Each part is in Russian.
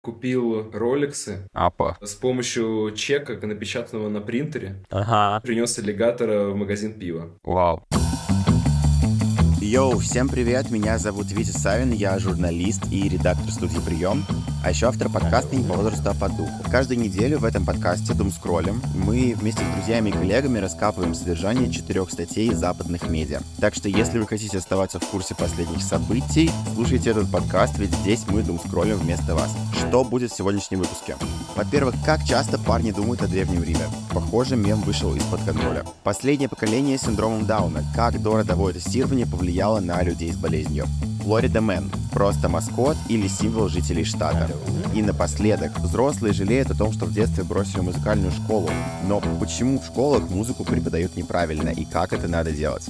Купил роликсы Апа. с помощью чека, напечатанного на принтере. Ага. Принес аллигатора в магазин пива. Вау. Йоу, всем привет, меня зовут Витя Савин, я журналист и редактор студии «Прием», а еще автор подкаста «Не по возрасту, а по духу». Каждую неделю в этом подкасте «Думскроллим» мы вместе с друзьями и коллегами раскапываем содержание 4 статей из западных медиа. Так что если вы хотите оставаться в курсе последних событий, слушайте этот подкаст, ведь здесь мы думскроллим вместо вас. Что будет в сегодняшнем выпуске? Во-первых, как часто парни думают о Древнем Риме? Похоже, мем вышел из-под контроля. Последнее поколение с синдромом Дауна. Как дородовое тестирование повлияло на людей с болезнью. Флорида Мэн. Просто маскот или символ жителей штата. И напоследок, взрослые жалеют о том, что в детстве бросили музыкальную школу. Но почему в школах музыку преподают неправильно и как это надо делать?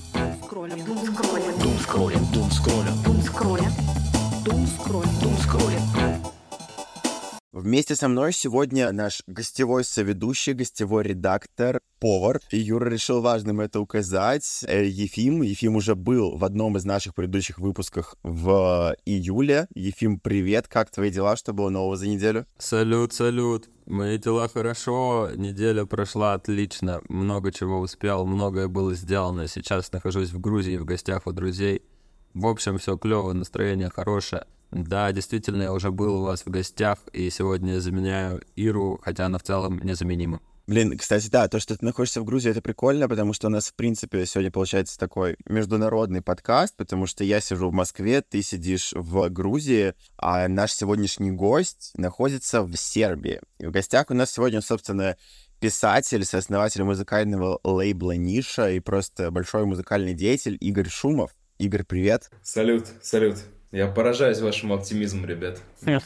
Вместе со мной сегодня наш гостевой соведущий, гостевой редактор, повар. И Юра решил важным это указать. Ефим. Ефим уже был в одном из наших предыдущих выпусков в июле. Ефим, привет. Как твои дела? Что было нового за неделю? Салют. Мои дела хорошо. Неделя прошла отлично. Много чего успел, многое было сделано. Сейчас нахожусь в Грузии, в гостях у друзей. В общем, все клево, настроение хорошее. Да, действительно, я уже был у вас в гостях, и сегодня я заменяю Иру, хотя она в целом незаменима. Блин, кстати, да, то, что ты находишься в Грузии, это прикольно, потому что у нас, в принципе, сегодня получается такой международный подкаст, потому что я сижу в Москве, ты сидишь в Грузии, а наш сегодняшний гость находится в Сербии. И в гостях у нас сегодня, собственно, писатель, сооснователь музыкального лейбла «Ниша» и просто большой музыкальный деятель Игорь Шумов. Игорь, привет. Салют. Я поражаюсь вашему оптимизму, ребят.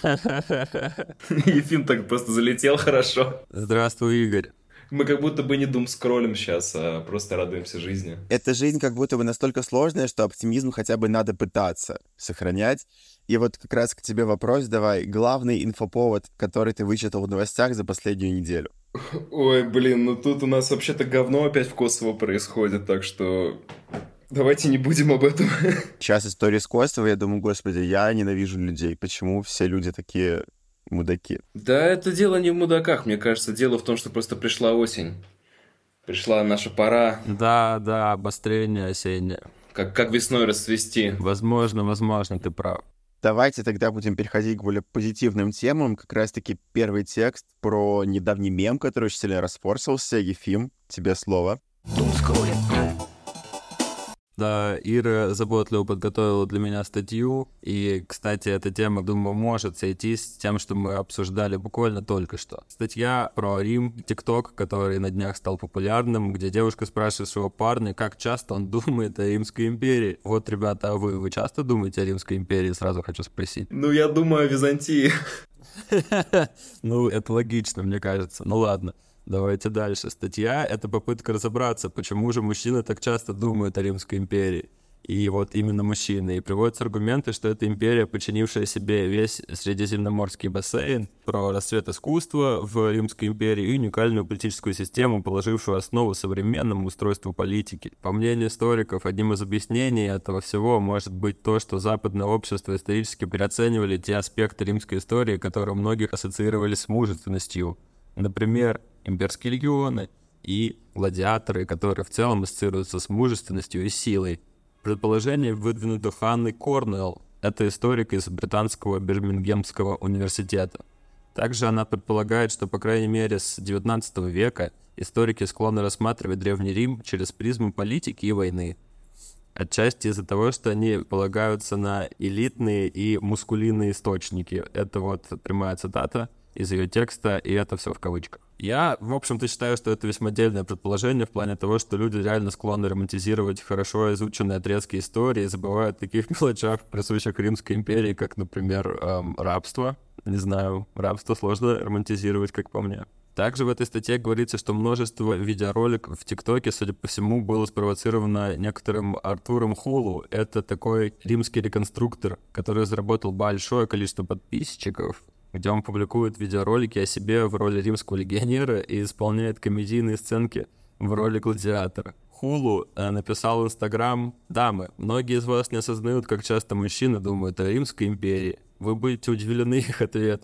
Ефим так просто залетел хорошо. Здравствуй, Игорь. Мы как будто бы не думскроллим сейчас, а просто радуемся жизни. Эта жизнь как будто бы настолько сложная, что оптимизм хотя бы надо пытаться сохранять. И вот как раз к тебе вопрос давай. Главный инфоповод, который ты вычитал в новостях за последнюю неделю. Ой, блин, ну тут у нас вообще-то говно опять в Kosovo происходит, так что... Давайте не будем об этом. Сейчас история с Kosovo, я думаю, господи, я ненавижу людей. Почему все люди такие мудаки? Да, это дело не в мудаках, мне кажется. Дело в том, что просто пришла осень. Пришла наша пора. Да, обострение осеннее. Как весной расцвести. Возможно, ты прав. Давайте тогда будем переходить к более позитивным темам. Как раз-таки первый текст про недавний мем, который очень сильно расфорсился. Ефим, тебе слово. Да, Ира заботливо подготовила для меня статью, и, кстати, эта тема, думаю, может сойтись с тем, что мы обсуждали буквально только что. Статья про Рим, ТикТок, который на днях стал популярным, где девушка спрашивает своего парня, как часто он думает о Римской империи. Вот, ребята, а вы часто думаете о Римской империи? Сразу хочу спросить. Ну, я думаю о Византии. Ну, это логично, мне кажется. Ну ладно. Давайте дальше. Статья — это попытка разобраться, почему же мужчины так часто думают о Римской империи. И вот именно мужчины. И приводятся аргументы, что это империя, подчинившая себе весь Средиземноморский бассейн, про расцвет искусства в Римской империи и уникальную политическую систему, положившую основу современному устройству политики. По мнению историков, одним из объяснений этого всего может быть то, что западное общество исторически переоценивали те аспекты римской истории, которые у многих ассоциировались с мужественностью. Например, имперские легионы и гладиаторы, которые в целом ассоциируются с мужественностью и силой. Предположение выдвинуто Ханной Корнуэлл, это историк из британского Бирмингемского университета. Также она предполагает, что, по крайней мере, с XIX века историки склонны рассматривать Древний Рим через призму политики и войны. Отчасти из-за того, что они полагаются на элитные и мускулинные источники. Это вот прямая цитата из ее текста, и это все в кавычках. Я, в общем-то, считаю, что это весьма дельное предположение в плане того, что люди реально склонны романтизировать хорошо изученные отрезки истории и забывают о таких мелочах, присущих Римской империи, как, например, рабство. Не знаю, рабство сложно романтизировать, как по мне. Также в этой статье говорится, что множество видеороликов в ТикТоке, судя по всему, было спровоцировано некоторым Артуром Хулу. Это такой римский реконструктор, который заработал большое количество подписчиков, где он публикует видеоролики о себе в роли римского легионера и исполняет комедийные сценки в роли гладиатора. Хулу написал в Инстаграм: «Дамы, многие из вас не осознают, как часто мужчины думают о Римской империи. Вы будете удивлены их ответами.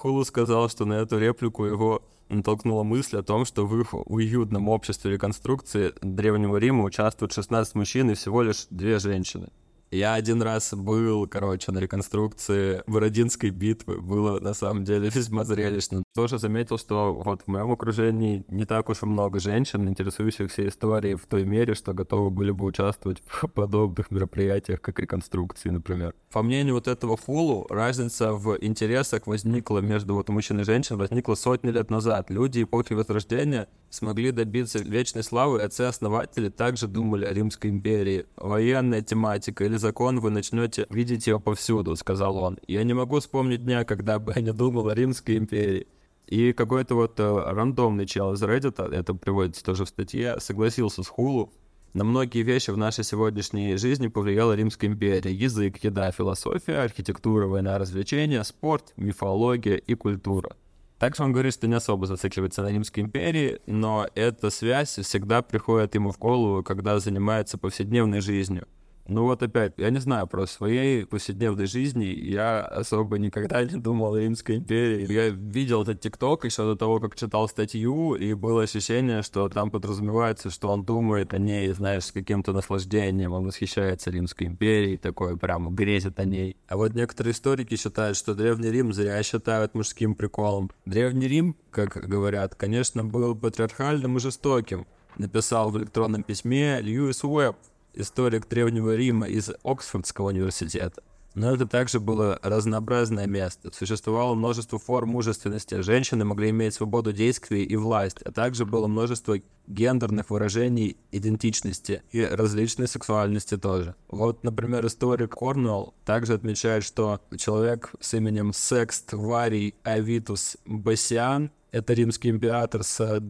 Хулу сказал, что на эту реплику его натолкнула мысль о том, что в их уютном обществе реконструкции Древнего Рима участвуют 16 мужчин и всего лишь 2 женщины. Я один раз был, на реконструкции Бородинской битвы. Было, на самом деле, весьма зрелищно. Тоже заметил, что вот в моем окружении не так уж и много женщин, интересующихся историей в той мере, что готовы были бы участвовать в подобных мероприятиях, как реконструкции, например. По мнению вот этого Фулу, разница в интересах возникла между вот мужчин и женщин, возникла сотни лет назад. Люди эпохи Возрождения смогли добиться вечной славы, и отцы-основатели также думали о Римской империи. Военная тематика или закон, вы начнете видеть его повсюду, сказал он. Я не могу вспомнить дня, когда бы я не думал о Римской империи. И какой-то вот рандомный чел из Reddit, это приводится тоже в статье, согласился с Хулу. На многие вещи в нашей сегодняшней жизни повлияла Римская империя. Язык, еда, философия, архитектура, война, развлечения, спорт, мифология и культура. Также он говорит, что не особо зацикливается на Римской империи, но эта связь всегда приходит ему в голову, когда занимается повседневной жизнью. Ну вот опять, я не знаю, про своей повседневной жизни я особо никогда не думал о Римской империи. Я видел этот ТикТок еще до того, как читал статью, и было ощущение, что там подразумевается, что он думает о ней, знаешь, с каким-то наслаждением, он восхищается Римской империей, такой прямо грезит о ней. А вот некоторые историки считают, что Древний Рим зря считают мужским приколом. Древний Рим, как говорят, конечно, был патриархальным и жестоким, написал в электронном письме Льюис Уэбб, историк Древнего Рима из Оксфордского университета. Но это также было разнообразное место. Существовало множество форм мужественности. Женщины могли иметь свободу действий и власть, а также было множество гендерных выражений идентичности и различной сексуальности тоже. Вот, например, историк Корнуэлл также отмечает, что человек с именем Секст Варий Авитус Басиан, это римский император с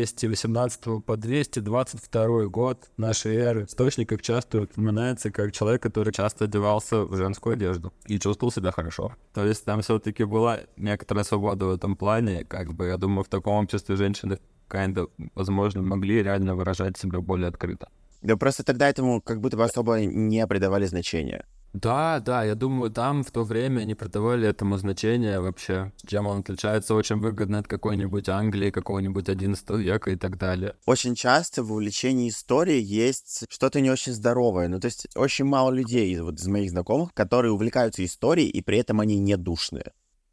218 по 222 год нашей эры. В источниках часто упоминается как человек, который часто одевался в женскую одежду и чувствовал себя хорошо. То есть там все-таки была некоторая свобода в этом плане. Я думаю, в таком обществе женщины возможно, могли реально выражать себя более открыто. Да просто тогда этому как будто бы особо не придавали значения. Да, я думаю, там в то время не придавали этому значения вообще. Чем он отличается очень выгодно от какой-нибудь Англии, какого-нибудь XI века и так далее. Очень часто в увлечении историей есть что-то не очень здоровое. Ну, то есть очень мало людей из моих знакомых, которые увлекаются историей, и при этом они не душные.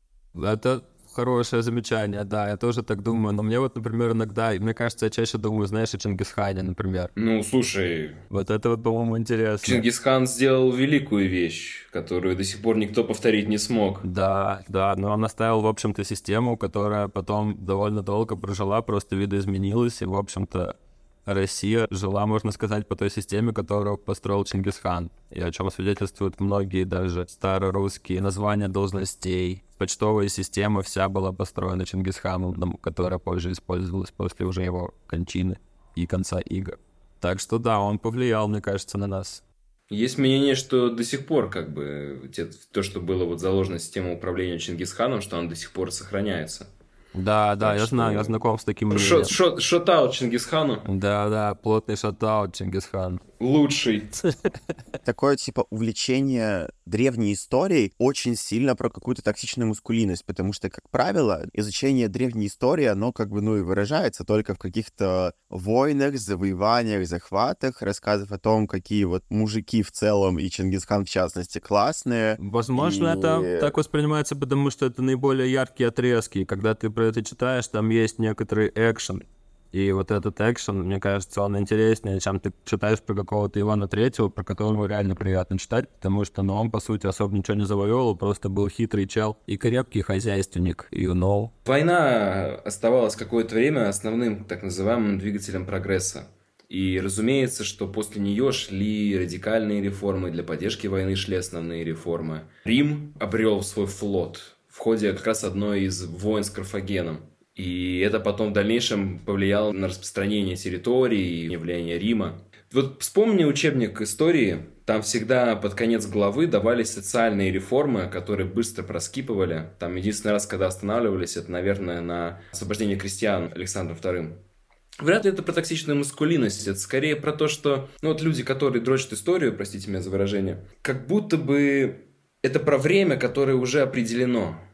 Это хорошее замечание, да, я тоже так думаю. Но мне вот, например, иногда, мне кажется, я чаще думаю, знаешь, о Чингисхане, например. Ну, слушай... Вот это вот, по-моему, интересно. Чингисхан сделал великую вещь, которую до сих пор никто повторить не смог. Да, но он оставил, в общем-то, систему, которая потом довольно долго прожила, просто видоизменилась, и, в общем-то, Россия жила, можно сказать, по той системе, которую построил Чингисхан, и о чем свидетельствуют многие даже старорусские названия должностей. Почтовая система вся была построена Чингисханом, которая позже использовалась после уже его кончины и конца игр. Так что да, он повлиял, мне кажется, на нас. Есть мнение, что до сих пор то, что было вот заложено системой управления Чингисханом, что она до сих пор сохраняется. Да, я знаю, я знаком с таким мнением. Шот-аут Чингисхану. Да, плотный шот-аут Чингисхан. Лучший. Такое, увлечение древней историей очень сильно про какую-то токсичную маскулинность, потому что, как правило, изучение древней истории, оно и выражается только в каких-то войнах, завоеваниях, захватах, рассказов о том, какие вот мужики в целом и Чингисхан в частности классные. Возможно, это так воспринимается, потому что это наиболее яркие отрезки. Когда ты про это читаешь, там есть некоторый экшен. И вот этот экшен, мне кажется, он интереснее, чем ты читаешь про какого-то Ивана Третьего, про которого реально приятно читать, потому что он, по сути, особо ничего не завоевал, просто был хитрый чел и крепкий хозяйственник, Война оставалась какое-то время основным, так называемым, двигателем прогресса. И, разумеется, что после нее шли радикальные реформы, для поддержки войны шли основные реформы. Рим обрел свой флот в ходе как раз одной из войн с Карфагеном. И это потом в дальнейшем повлияло на распространение территории и влияние Рима. Вот вспомни учебник истории, там всегда под конец главы давались социальные реформы, которые быстро проскипывали. Там единственный раз, когда останавливались, это, наверное, на освобождение крестьян Александром II. Вряд ли это про токсичную маскулинность, это скорее про то, что люди, которые дрочат историю, простите меня за выражение, как будто бы это про время, которое уже определено.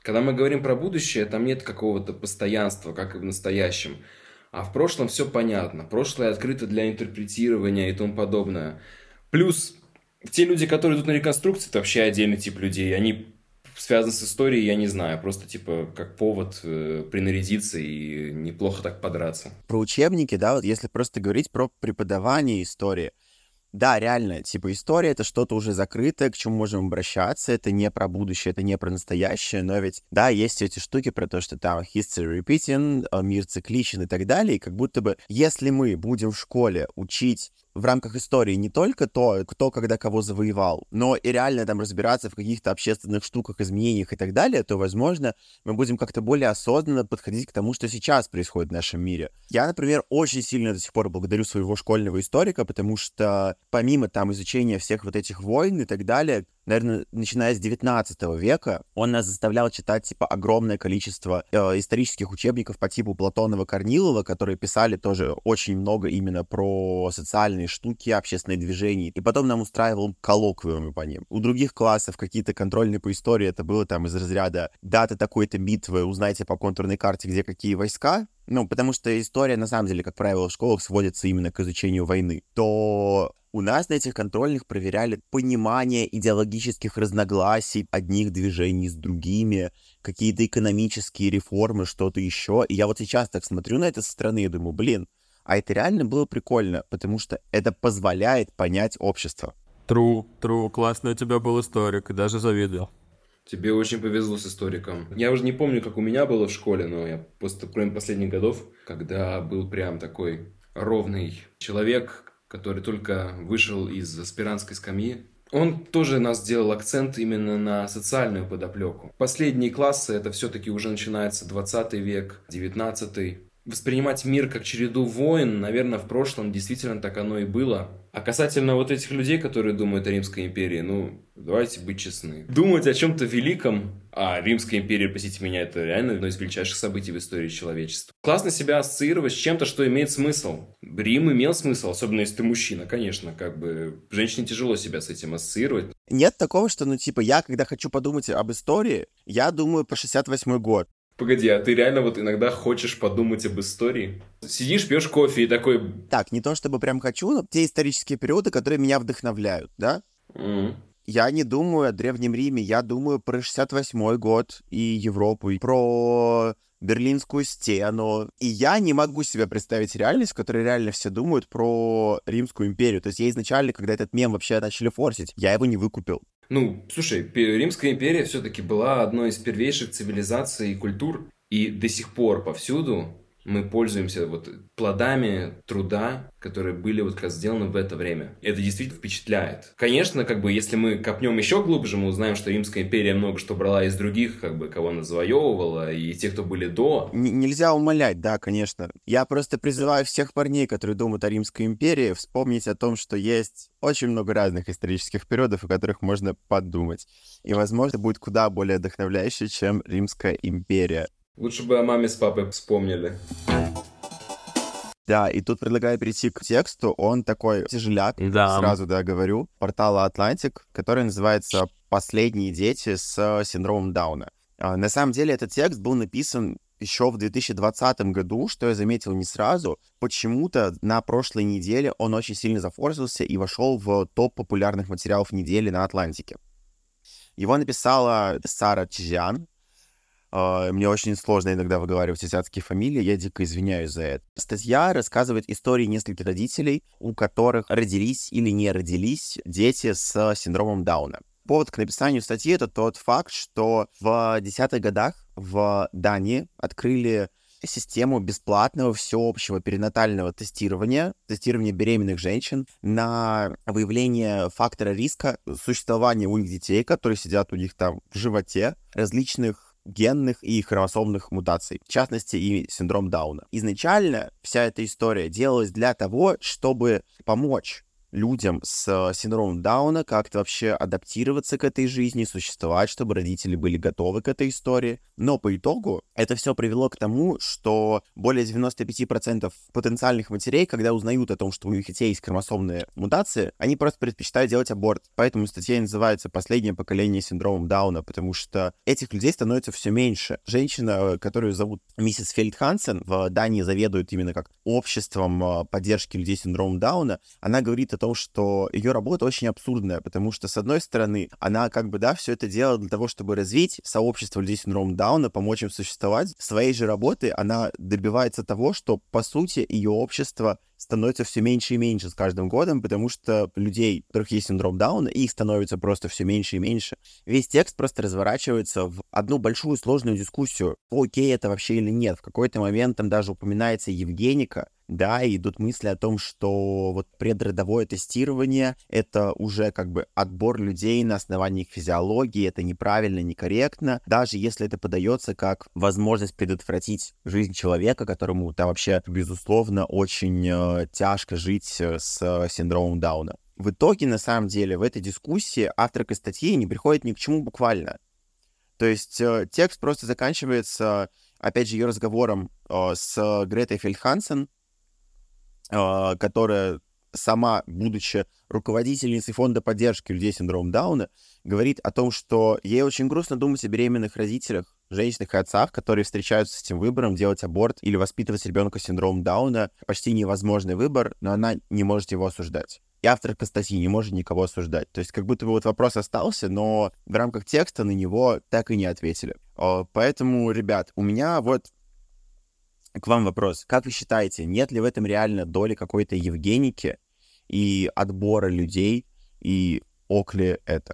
Когда мы говорим про будущее, там нет какого-то постоянства, как и в настоящем. А в прошлом все понятно. Прошлое открыто для интерпретирования и тому подобное. Плюс те люди, которые идут на реконструкции, это вообще отдельный тип людей. Они связаны с историей, я не знаю. Просто типа как повод принарядиться и неплохо так подраться. Про учебники, да, вот если просто говорить про преподавание истории. Да, реально, типа история — это что-то уже закрытое, к чему можем обращаться, это не про будущее, это не про настоящее, но ведь, да, есть эти штуки про то, что там history repeating, мир цикличен и так далее, и как будто бы, если мы будем в школе учить в рамках истории не только то, кто когда кого завоевал, но и реально там разбираться в каких-то общественных штуках, изменениях и так далее, то, возможно, мы будем как-то более осознанно подходить к тому, что сейчас происходит в нашем мире. Я, например, очень сильно до сих пор благодарю своего школьного историка, потому что помимо там изучения всех вот этих войн и так далее, наверное, начиная с 19 века, он нас заставлял читать, типа, огромное количество исторических учебников по типу Платонова-Корнилова, которые писали тоже очень много именно про социальные штуки, общественные движения. И потом нам устраивал коллоквиумы по ним. У других классов какие-то контрольные по истории, это было там из разряда дата такой-то битвы, узнайте по контурной карте, где какие войска. Ну, потому что история, на самом деле, как правило, в школах сводится именно к изучению войны. То у нас на этих контрольных проверяли понимание идеологических разногласий одних движений с другими, какие-то экономические реформы, что-то еще. И я вот сейчас так смотрю на это со стороны и думаю, блин, а это реально было прикольно, потому что это позволяет понять общество. True, классный у тебя был историк, даже завидовал. Тебе очень повезло с историком. Я уже не помню, как у меня было в школе, но я просто, кроме последних годов, когда был прям такой ровный человек, который только вышел из аспирантской скамьи, он тоже нас делал акцент именно на социальную подоплеку. Последние классы, это все-таки уже начинается 20 век, 19-й. Воспринимать мир как череду войн, наверное, в прошлом действительно так оно и было. А касательно вот этих людей, которые думают о Римской империи, ну, давайте быть честны. Думать о чем-то великом, а Римская империя, простите меня, это реально одно из величайших событий в истории человечества. Классно себя ассоциировать с чем-то, что имеет смысл. Рим имел смысл, особенно если ты мужчина, конечно, как бы женщине тяжело себя с этим ассоциировать. Нет такого, что, ну, типа, я, когда хочу подумать об истории, я думаю про 68-й год. Погоди, а ты реально вот иногда хочешь подумать об истории? Сидишь, пьешь кофе и такой... Так, не то чтобы прям хочу, но те исторические периоды, которые меня вдохновляют, да? Я не думаю о Древнем Риме, я думаю про 68-й год и Европу, и про Берлинскую стену. И я не могу себе представить реальность, в которой реально все думают про Римскую империю. То есть я изначально, когда этот мем вообще начали форсить, я его не выкупил. Ну, слушай, Римская империя все-таки была одной из первейших цивилизаций и культур, и до сих пор повсюду мы пользуемся вот плодами труда, которые были вот как раз сделаны в это время. Это действительно впечатляет. Конечно, как бы, если мы копнем еще глубже, мы узнаем, что Римская империя много что брала из других, как бы, кого она завоевывала, и тех, кто были до. Нельзя умалять, да, конечно. Я просто призываю всех парней, которые думают о Римской империи, вспомнить о том, что есть очень много разных исторических периодов, о которых можно подумать. И, возможно, будет куда более вдохновляюще, чем Римская империя. Лучше бы о маме с папой вспомнили. Да, и тут предлагаю перейти к тексту. Он такой тяжеляк, сразу, да, говорю, портала «Атлантик», который называется «Последние дети с синдромом Дауна». На самом деле этот текст был написан еще в 2020 году, что я заметил не сразу. Почему-то на прошлой неделе он очень сильно зафорсился и вошел в топ популярных материалов недели на «Атлантике». Его написала Сара Чжан. Мне очень сложно иногда выговаривать азиатские фамилии, я дико извиняюсь за это. Статья рассказывает истории нескольких родителей, у которых родились или не родились дети с синдромом Дауна. Повод к написанию статьи — это тот факт, что в 10-х годах в Дании открыли систему бесплатного всеобщего перинатального тестирования беременных женщин на выявление фактора риска существования у них детей, которые сидят у них там в животе, различных генных и хромосомных мутаций, в частности и синдром Дауна. Изначально вся эта история делалась для того, чтобы помочь людям с синдромом Дауна как-то вообще адаптироваться к этой жизни, существовать, чтобы родители были готовы к этой истории. Но по итогу это все привело к тому, что более 95% потенциальных матерей, когда узнают о том, что у их детей есть хромосомные мутации, они просто предпочитают делать аборт. Поэтому статья называется «Последнее поколение с синдромом Дауна», потому что этих людей становится все меньше. Женщина, которую зовут миссис Фельдхансен, в Дании заведует именно как обществом поддержки людей с синдромом Дауна, она говорит о том, что ее работа очень абсурдная, потому что, с одной стороны, она как бы, да, все это делала для того, чтобы развить сообщество людей с синдромом Дауна, помочь им существовать. Своей же работы она добивается того, что, по сути, ее общество становится все меньше и меньше с каждым годом, потому что людей, у которых есть синдром Дауна, их становится просто все меньше и меньше. Весь текст просто разворачивается в одну большую сложную дискуссию, окей это вообще или нет. В какой-то момент там даже упоминается Евгеника, да, и идут мысли о том, что вот предродовое тестирование — это уже как бы отбор людей на основании их физиологии, это неправильно, некорректно, даже если это подается как возможность предотвратить жизнь человека, которому там вообще, безусловно, очень тяжко жить с синдромом Дауна. В итоге, на самом деле, в этой дискуссии авторка статьи не приходит ни к чему буквально. То есть текст просто заканчивается, опять же, ее разговором с Гретой Фельдхансен, которая сама, будучи руководительницей фонда поддержки людей с синдромом Дауна, говорит о том, что ей очень грустно думать о беременных родителях, женщинах и отцах, которые встречаются с этим выбором делать аборт или воспитывать ребенка с синдромом Дауна. Почти невозможный выбор, но она не может его осуждать. И авторка статьи не может никого осуждать. То есть как будто бы вот вопрос остался, но в рамках текста на него так и не ответили. Поэтому, ребят, у меня вот к вам вопрос. Как вы считаете, нет ли в этом реально доли какой-то евгеники и отбора людей, и ок ли это?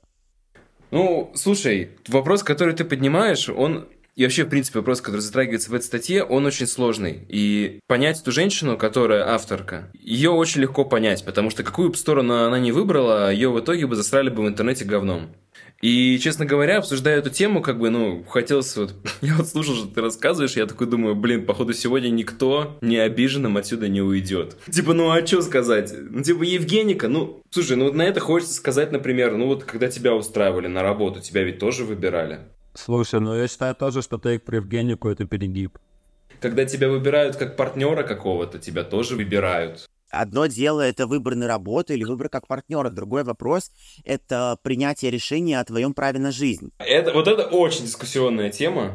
Ну, слушай, вопрос, который ты поднимаешь, он... И вообще, в принципе, вопрос, который затрагивается в этой статье, он очень сложный. И понять эту женщину, которая авторка, ее очень легко понять, потому что какую бы сторону она ни выбрала, ее в итоге бы засрали бы в интернете говном. И, честно говоря, обсуждая эту тему, как бы, хотелось вот... Я вот слушал, что ты рассказываешь, я такой думаю, походу, сегодня никто не обиженным отсюда не уйдет. А что сказать? Евгеника, слушай, на это хочется сказать, например, когда тебя устраивали на работу, тебя ведь тоже выбирали. Слушай, я считаю тоже, что тейк про Евгенику — это перегиб. Когда тебя выбирают как партнера какого-то, тебя тоже выбирают. Одно дело — это выбор на работу или выбор как партнера. Другой вопрос — это принятие решения о твоем праве на жизнь. Это очень дискуссионная тема.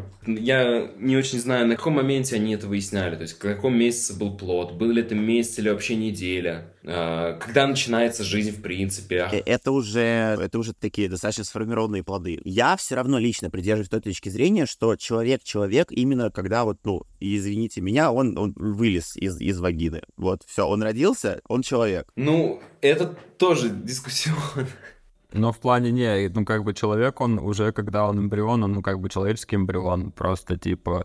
Я не очень знаю, на каком моменте они это выясняли. То есть, в каком месяце был плод, был ли это месяц или вообще неделя. Когда начинается жизнь в принципе. Это уже такие достаточно сформированные плоды. Я все равно лично придерживаюсь той точки зрения, что человек именно когда извините меня, он вылез из вагины. Вот, все, он родился, он человек. Это тоже дискуссионно. Но в плане человек, он уже, когда он эмбрион, он человеческий эмбрион. Просто,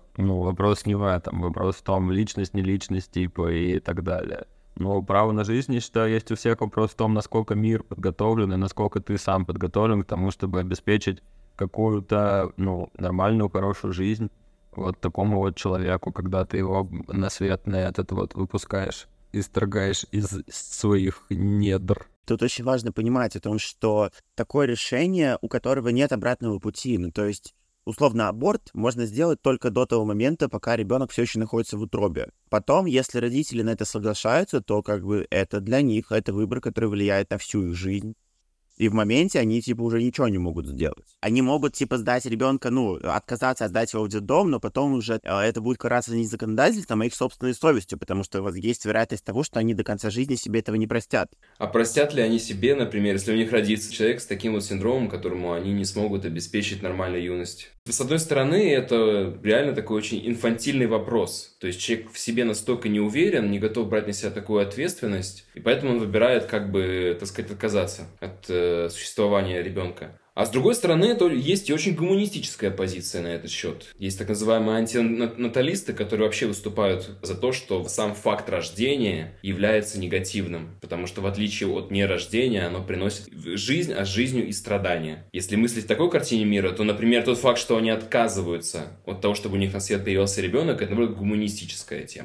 вопрос не в этом. Вопрос в том, личность, не личность, и так далее. Но право на жизнь, я считаю, есть у всех. Вопрос в том, насколько мир подготовлен и насколько ты сам подготовлен к тому, чтобы обеспечить какую-то, нормальную, хорошую жизнь вот такому вот человеку, когда ты его на свет на этот выпускаешь, исторгаешь из своих недр. Тут очень важно понимать о том, что такое решение, у которого нет обратного пути. То есть, условно, аборт можно сделать только до того момента, пока ребенок все еще находится в утробе. Потом, если родители на это соглашаются, то это для них, это выбор, который влияет на всю их жизнь. И в моменте они, уже ничего не могут сделать. Они могут, сдать ребенка, отказаться, отдать его в детдом, но потом уже это будет караться не законодательством, а их собственной совестью, потому что есть вероятность того, что они до конца жизни себе этого не простят. А простят ли они себе, например, если у них родится человек с таким вот синдромом, которому они не смогут обеспечить нормальную юность? С одной стороны, это реально такой очень инфантильный вопрос. То есть человек в себе настолько не уверен, не готов брать на себя такую ответственность, и поэтому он выбирает, отказаться от существования ребенка. А с другой стороны, то есть и очень гуманистическая позиция на этот счет. Есть так называемые антинаталисты, которые вообще выступают за то, что сам факт рождения является негативным, потому что в отличие от нерождения, оно приносит жизнь, а с жизнью и страдания. Если мыслить в такой картине мира, то, например, тот факт, что они отказываются от того, чтобы у них на свет появился ребенок, это, например, гуманистическая тема.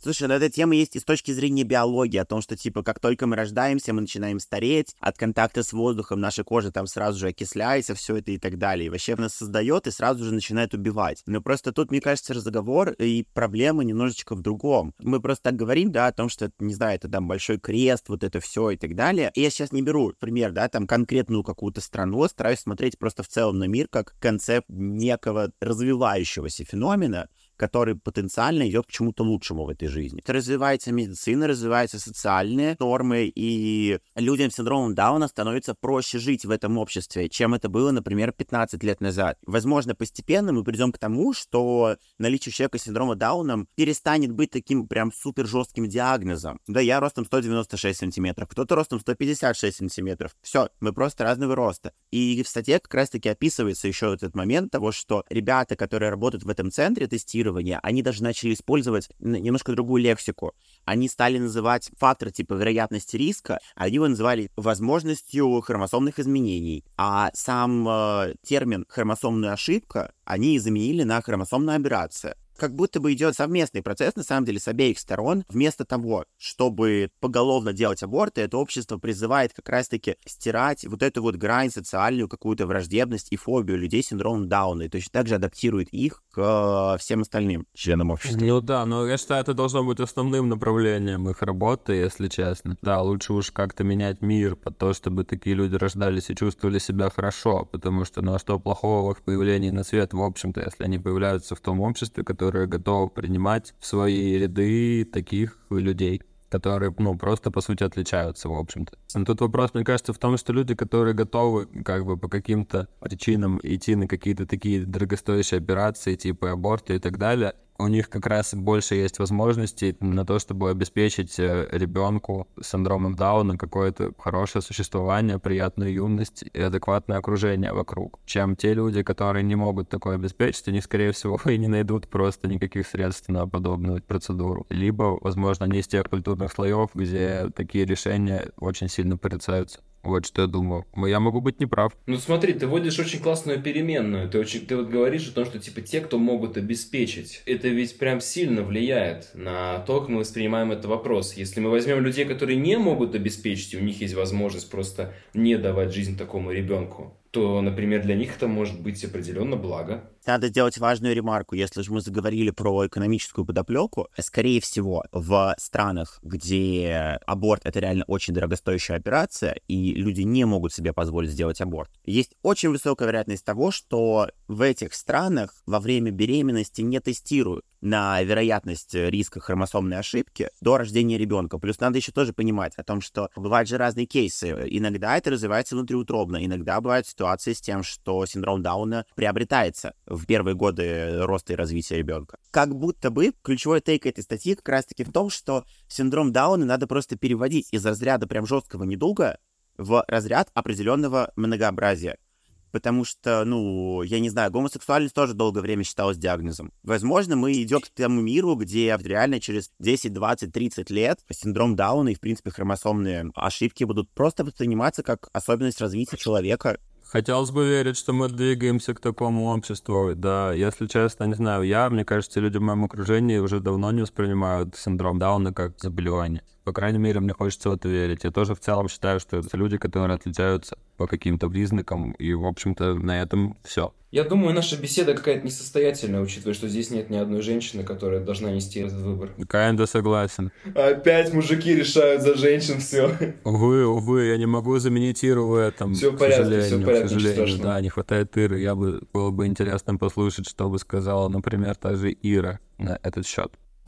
Слушай, ну эта тема есть и с точки зрения биологии, о том, что, типа, как только мы рождаемся, мы начинаем стареть, от контакта с воздухом наша кожа там сразу же окисляется, все это и так далее. И вообще нас создает и сразу же начинает убивать. Но просто тут, мне кажется, разговор и проблема немножечко в другом. Мы просто так говорим, да, о том, что, не знаю, это там большой крест, вот это все и так далее. И я сейчас не беру, например, да, там конкретную какую-то страну, стараюсь смотреть просто в целом на мир как концепт некого развивающегося феномена, который потенциально идет к чему-то лучшему в этой жизни. Это развивается медицина, развиваются социальные нормы, и людям с синдромом Дауна становится проще жить в этом обществе, чем это было, например, 15 лет назад. Возможно, постепенно мы придем к тому, что наличие человека с синдромом Дауна перестанет быть таким прям супер жестким диагнозом. Да, я ростом 196 сантиметров, кто-то ростом 156 сантиметров. Все, мы просто разного роста. И в статье как раз-таки описывается еще этот момент того, что ребята, которые работают в этом центре тестирования, они даже начали использовать немножко другую лексику. Они стали называть фактор типа вероятности риска, они его называли возможностью хромосомных изменений. А сам термин «хромосомная ошибка» они заменили на «хромосомная аберрация». Как будто бы идет совместный процесс, на самом деле, с обеих сторон. Вместо того, чтобы поголовно делать аборты, это общество призывает как раз-таки стирать вот эту вот грань, социальную какую-то враждебность и фобию людей с синдромом Дауна, и точно так же адаптирует их к всем остальным членам общества. Ну да, но я считаю, это должно быть основным направлением их работы, если честно. Да, лучше уж как-то менять мир под то, чтобы такие люди рождались и чувствовали себя хорошо, потому что, ну а что плохого в их появлении на свет, в общем-то, если они появляются в том обществе, которое готовы принимать в свои ряды таких людей, которые, ну, просто, по сути, отличаются, в общем-то. Но тут вопрос, мне кажется, в том, что люди, которые готовы, как бы, по каким-то причинам идти на какие-то такие дорогостоящие операции, типа аборты и так далее, у них как раз больше есть возможностей на то, чтобы обеспечить ребенку с синдромом Дауна какое-то хорошее существование, приятную юность и адекватное окружение вокруг, чем те люди, которые не могут такое обеспечить, они, скорее всего, и не найдут просто никаких средств на подобную процедуру. Либо, возможно, они из тех культурных слоев, где такие решения очень сильно порицаются. Вот что я думаю. Я могу быть неправ. Ну смотри, ты вводишь очень классную переменную. Ты вот говоришь о том, что типа те, кто могут обеспечить. Это ведь прям сильно влияет на то, как мы воспринимаем этот вопрос. Если мы возьмем людей, которые не могут обеспечить, и у них есть возможность просто не давать жизнь такому ребенку, то, например, для них это может быть определенно благо. Надо сделать важную ремарку. Если же мы заговорили про экономическую подоплеку, скорее всего, в странах, где аборт — это реально очень дорогостоящая операция, и люди не могут себе позволить сделать аборт, есть очень высокая вероятность того, что в этих странах во время беременности не тестируют на вероятность риска хромосомной ошибки до рождения ребенка. Плюс надо еще тоже понимать о том, что бывают же разные кейсы. Иногда это развивается внутриутробно, иногда бывают ситуации с тем, что синдром Дауна приобретается в первые годы роста и развития ребенка. Как будто бы ключевой тейк этой статьи как раз-таки в том, что синдром Дауна надо просто переводить из разряда прям жесткого недуга в разряд определенного многообразия. Потому что, ну, я не знаю, гомосексуальность тоже долгое время считалась диагнозом. Возможно, мы идем к тому миру, где реально через 10, 20, 30 лет синдром Дауна и, в принципе, хромосомные ошибки будут просто восприниматься как особенность развития человека. Хотелось бы верить, что мы двигаемся к такому обществу. Да, если честно, не знаю, мне кажется, люди в моем окружении уже давно не воспринимают синдром Дауна как заболевание. По крайней мере, мне хочется в это верить. Я тоже в целом считаю, что это люди, которые отличаются по каким-то признакам, и, в общем-то, на этом все. Я думаю, наша беседа какая-то несостоятельная, учитывая, что здесь нет ни одной женщины, которая должна нести этот выбор. Kinda согласен. Опять мужики решают за женщин все. Увы, я не могу заменить Иру в этом. Все в порядке, к сожалению, да, не хватает Иры. Было бы интересно послушать, что бы сказала, например, та же Ира на этот счет.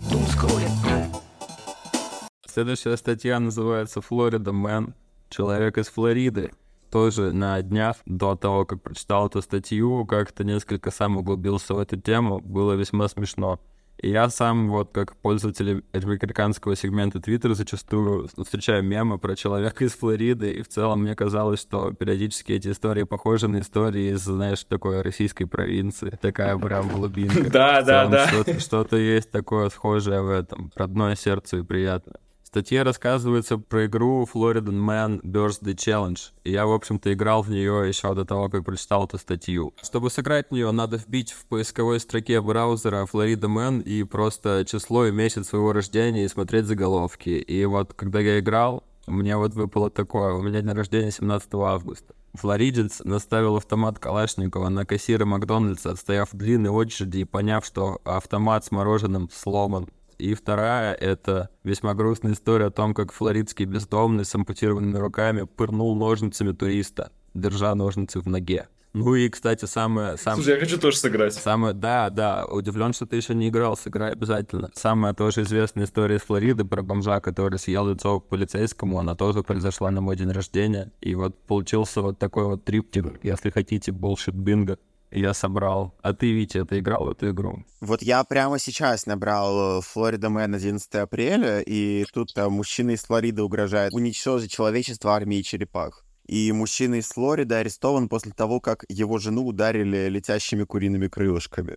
Следующая статья называется «Флорида Мэн. Человек из Флориды». Тоже на днях до того, как прочитал эту статью, как-то несколько сам углубился в эту тему, было весьма смешно. И я сам, вот как пользователь американского сегмента Twitter, зачастую встречаю мемы про человека из Флориды, и в целом мне казалось, что периодически эти истории похожи на истории из, знаешь, такой российской провинции. Такая прям глубинка. Да. Что-то есть такое схожее в этом, родное сердцу и приятное. статье рассказывается про игру Floridan Man Birthday Challenge. И я, в общем-то, играл в нее еще до того, как прочитал эту статью. Чтобы сыграть в нее, надо вбить в поисковой строке браузера Florida Man и просто число и месяц своего рождения и смотреть заголовки. И вот, когда я играл, мне вот выпало такое. У меня день рождения 17 августа. Флоридец наставил автомат Калашникова на кассира Макдональдса, отстояв в длинной очереди и поняв, что автомат с мороженым сломан. И вторая — это весьма грустная история о том, как флоридский бездомный с ампутированными руками пырнул ножницами туриста, держа ножницы в ноге. Ну и, кстати, Слушай, я хочу тоже сыграть. Да, удивлен, что ты еще не играл, сыграй обязательно. Самая тоже известная история из Флориды про бомжа, который съел лицо полицейскому, она тоже произошла на мой день рождения. И вот получился вот такой вот триптих, если хотите, bullshit bingo. Я собрал. А ты, Витя, ты играл в эту игру? Вот я прямо сейчас набрал Florida Man 11 апреля, и тут мужчина из Флориды угрожает уничтожить человечество армией черепах. И мужчина из Флориды арестован после того, как его жену ударили летящими куриными крылышками.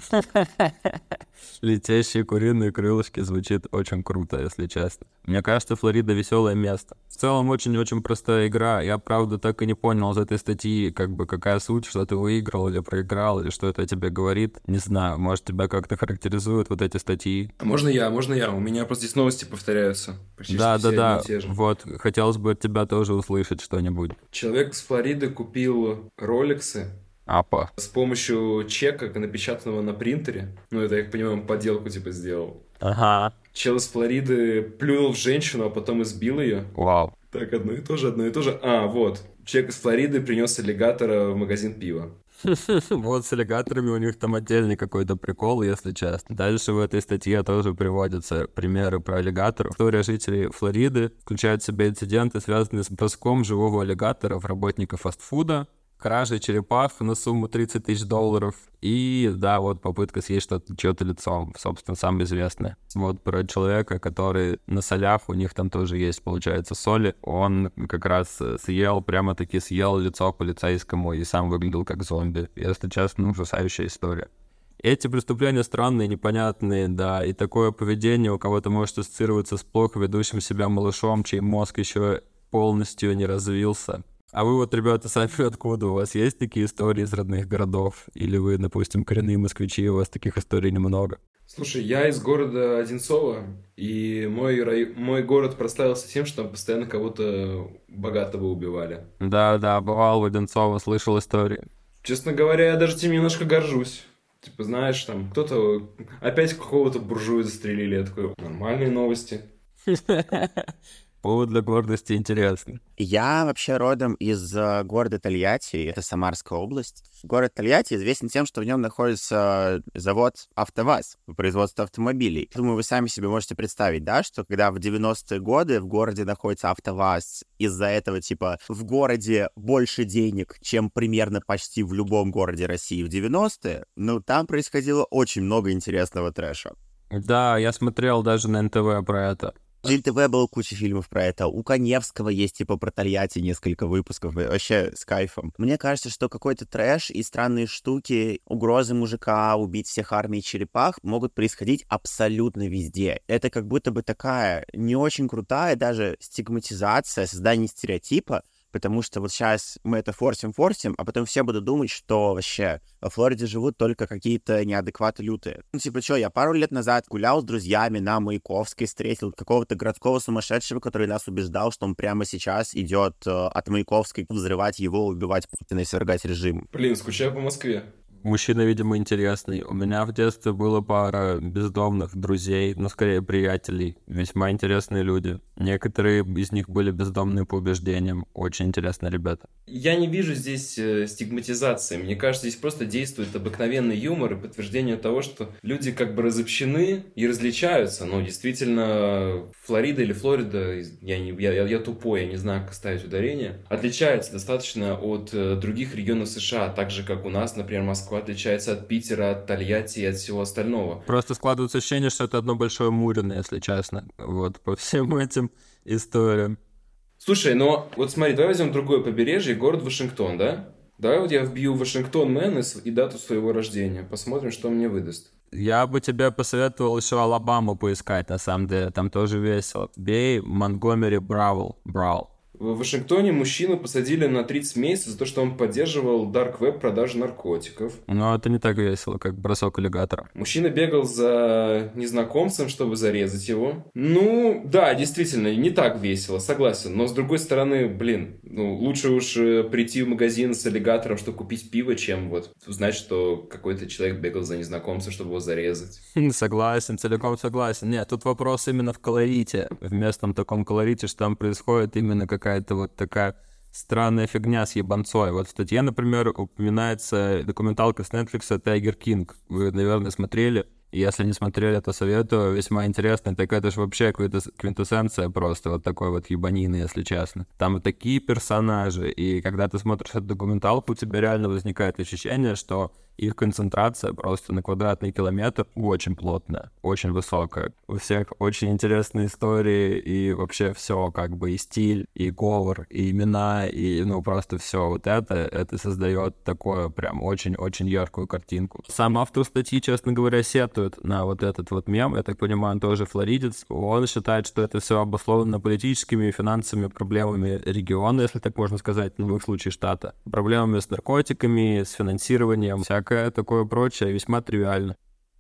Летящие куриные крылышки звучит очень круто, если честно. Мне кажется, Флорида веселое место. В целом, очень-очень простая игра. Я, правда, так и не понял из этой статьи, какая суть, что ты выиграл или проиграл, или что это тебе говорит. Не знаю, может, тебя как-то характеризуют вот эти статьи. А можно я? У меня просто здесь новости повторяются. Почти Да. все одни и те же. Вот, хотелось бы от тебя тоже услышать что-нибудь. Человек из Флориды купил роликсы Апа. с помощью чека, напечатанного на принтере. Ну, это, я так понимаю, подделку сделал. Ага. Чел из Флориды плюнул в женщину, а потом избил ее. Вау. Так, одно и то же. А, вот. Человек из Флориды принес аллигатора в магазин пива. Вот с аллигаторами у них там отдельный какой-то прикол, если честно. Дальше в этой статье тоже приводятся примеры про аллигаторов. История жителей Флориды включает в себя инциденты, связанные с броском живого аллигатора в работников фастфуда, кражей черепах на сумму $30 000 и, да, вот попытка съесть что-то чьё-то лицом, собственно, самое известное. Вот про человека, который на солях, у них там тоже есть, получается, соли, он как раз прямо-таки съел лицо полицейскому и сам выглядел как зомби. Если честно, ужасающая история. Эти преступления странные, непонятные, да, и такое поведение у кого-то может ассоциироваться с плохо ведущим себя малышом, чей мозг еще полностью не развился. А вы вот, ребята, сами откуда? У вас есть такие истории из родных городов? Или вы, допустим, коренные москвичи, у вас таких историй немного? Слушай, я из города Одинцово, и мой город прославился тем, что там постоянно кого-то богатого убивали. Да, бывал в Одинцово, слышал истории. Честно говоря, я даже тем немножко горжусь. Типа, знаешь, там кто-то опять какого-то буржуя застрелили. Я такой, нормальные новости. Повод для гордости интересный. Я вообще родом из города Тольятти, это Самарская область. Город Тольятти известен тем, что в нем находится завод АвтоВАЗ по производству автомобилей. Думаю, вы сами себе можете представить, да, что когда в 90-е годы в городе находится АвтоВАЗ, из-за этого, в городе больше денег, чем примерно почти в любом городе России в 90-е, там происходило очень много интересного трэша. Да, я смотрел даже на НТВ про это. На НТВ было куча фильмов про это. У Коневского есть, про Тольятти несколько выпусков. Вообще с кайфом. Мне кажется, что какой-то трэш и странные штуки, угрозы мужика, убить всех армией черепах могут происходить абсолютно везде. Это как будто бы такая не очень крутая даже стигматизация, создание стереотипа, потому что вот сейчас мы это форсим, а потом все будут думать, что вообще во Флориде живут только какие-то неадекваты лютые. Я пару лет назад гулял с друзьями на Маяковской, встретил какого-то городского сумасшедшего, который нас убеждал, что он прямо сейчас идет от Маяковской взрывать его, убивать Путина и свергать режим. Блин, скучаю по Москве. Мужчина, видимо, интересный. У меня в детстве было пара бездомных друзей, скорее приятелей. Весьма интересные люди. Некоторые из них были бездомные по убеждениям. Очень интересные ребята. Я не вижу здесь стигматизации. Мне кажется, здесь просто действует обыкновенный юмор и подтверждение того, что люди разобщены и различаются. Но действительно, Флорида или Флорида, я тупой, я не знаю, как ставить ударение, отличается достаточно от других регионов США, так же, как у нас, например, Москва отличается от Питера, от Тольятти и от всего остального. Просто складывается ощущение, что это одно большое Мурино, если честно. Вот, по всем этим историям. Слушай, вот смотри, давай возьмем другое побережье, город Вашингтон, да? Давай я вбью Вашингтон Мэн и дату своего рождения. Посмотрим, что мне выдаст. Я бы тебе посоветовал еще Алабаму поискать, на самом деле, там тоже весело. Бей Монгомери Брау. В Вашингтоне мужчину посадили на 30 месяцев за то, что он поддерживал Dark Web продажу наркотиков. Но это не так весело, как бросок аллигатора. Мужчина бегал за незнакомцем, чтобы зарезать его. Ну, да, действительно, не так весело, согласен. Но, с другой стороны, блин, ну, лучше уж прийти в магазин с аллигатором, чтобы купить пиво, чем вот узнать, что какой-то человек бегал за незнакомцем, чтобы его зарезать. Согласен, целиком согласен. Нет, тут вопрос именно в колорите. В местном таком колорите, что там происходит именно какая-то вот такая странная фигня с ебанцой. Вот в статье, например, упоминается документалка с Netflix «Тайгер Кинг». Вы, наверное, смотрели. Если не смотрели, то советую. Весьма интересно. Так это же вообще квинтэссенция просто вот такой вот ебанины, если честно. Там такие персонажи. И когда ты смотришь эту документалку, у тебя реально возникает ощущение, что их концентрация просто на квадратный километр очень плотная, очень высокая. У всех очень интересные истории, и вообще все как бы и стиль, и говор, и имена, и ну просто все вот это создает такое прям очень-очень яркую картинку. Сам автор статьи, честно говоря, сетует на вот этот вот мем, я так понимаю, он тоже флоридец. Он считает, что это все обусловлено политическими и финансовыми проблемами региона, если так можно сказать, ну, в их случае штата. Проблемами с наркотиками, с финансированием, всякое такое прочее, весьма тривиально.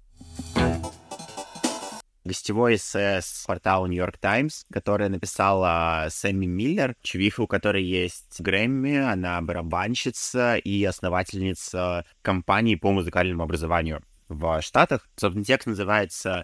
Гостевой эссе с портала New York Times, которое написала Сэмми Миллер, чувиха, у которой есть Грэмми, она барабанщица и основательница компании по музыкальному образованию в Штатах. Собственно, текст называется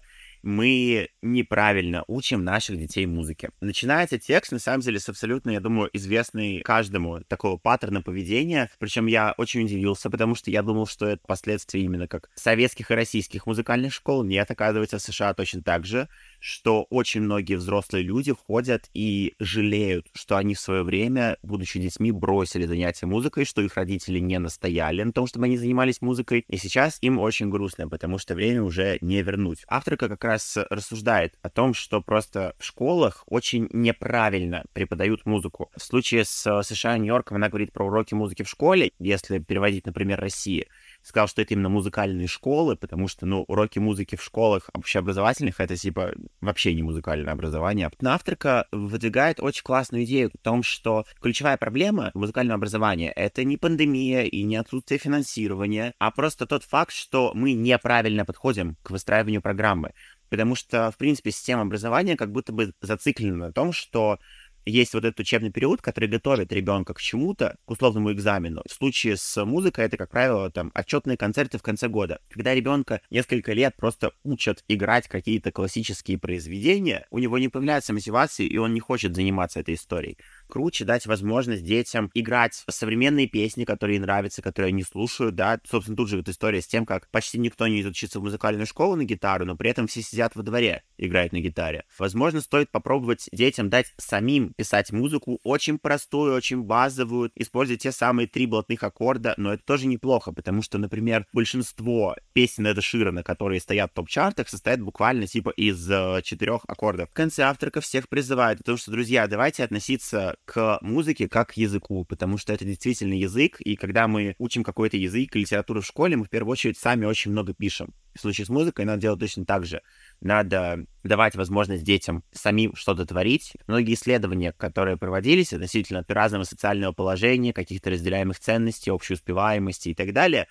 «Мы неправильно учим наших детей музыке». Начинается текст, на самом деле, с абсолютно, я думаю, известный каждому такого паттерна поведения. Причем я очень удивился, потому что я думал, что это последствия именно как советских и российских музыкальных школ. Нет, оказывается, в США точно так же, что очень многие взрослые люди ходят и жалеют, что они в свое время, будучи детьми, бросили занятия музыкой, что их родители не настояли на том, чтобы они занимались музыкой. И сейчас им очень грустно, потому что время уже не вернуть. Авторка как раз рассуждает о том, что просто в школах очень неправильно преподают музыку. В случае с США и Нью-Йорком она говорит про уроки музыки в школе, если переводить, например, России. Сказал, что это именно музыкальные школы, потому что, ну, уроки музыки в школах общеобразовательных — это, типа, вообще не музыкальное образование. Но авторка выдвигает очень классную идею о том, что ключевая проблема музыкального образования — это не пандемия и не отсутствие финансирования, а просто тот факт, что мы неправильно подходим к выстраиванию программы. Потому что, в принципе, система образования как будто бы зациклена на том, что есть вот этот учебный период, который готовит ребенка к чему-то, к условному экзамену. В случае с музыкой это, как правило, там отчетные концерты в конце года. Когда ребенка несколько лет просто учат играть какие-то классические произведения, у него не появляется мотивации, и он не хочет заниматься этой историей. Круче дать возможность детям играть современные песни, которые им нравятся, которые они слушают, да. Собственно, тут же вот история с тем, как почти никто не идет учиться в музыкальную школу на гитару, но при этом все сидят во дворе, играют на гитаре. Возможно, стоит попробовать детям дать самим писать музыку, очень простую, очень базовую, используя те самые 3 блатных аккорда, но это тоже неплохо, потому что, например, большинство песен Эда Ширана, которые стоят в топ-чартах, состоят буквально типа из 4 аккордов. В конце авторка всех призывает, потому что, друзья, давайте относиться к музыке как к языку, потому что это действительно язык, и когда мы учим какой-то язык, литературу в школе, мы в первую очередь сами очень много пишем. В случае с музыкой надо делать точно так же. Надо давать возможность детям самим что-то творить. Многие исследования, которые проводились относительно разного социального положения, каких-то разделяемых ценностей, общей успеваемости и так далее,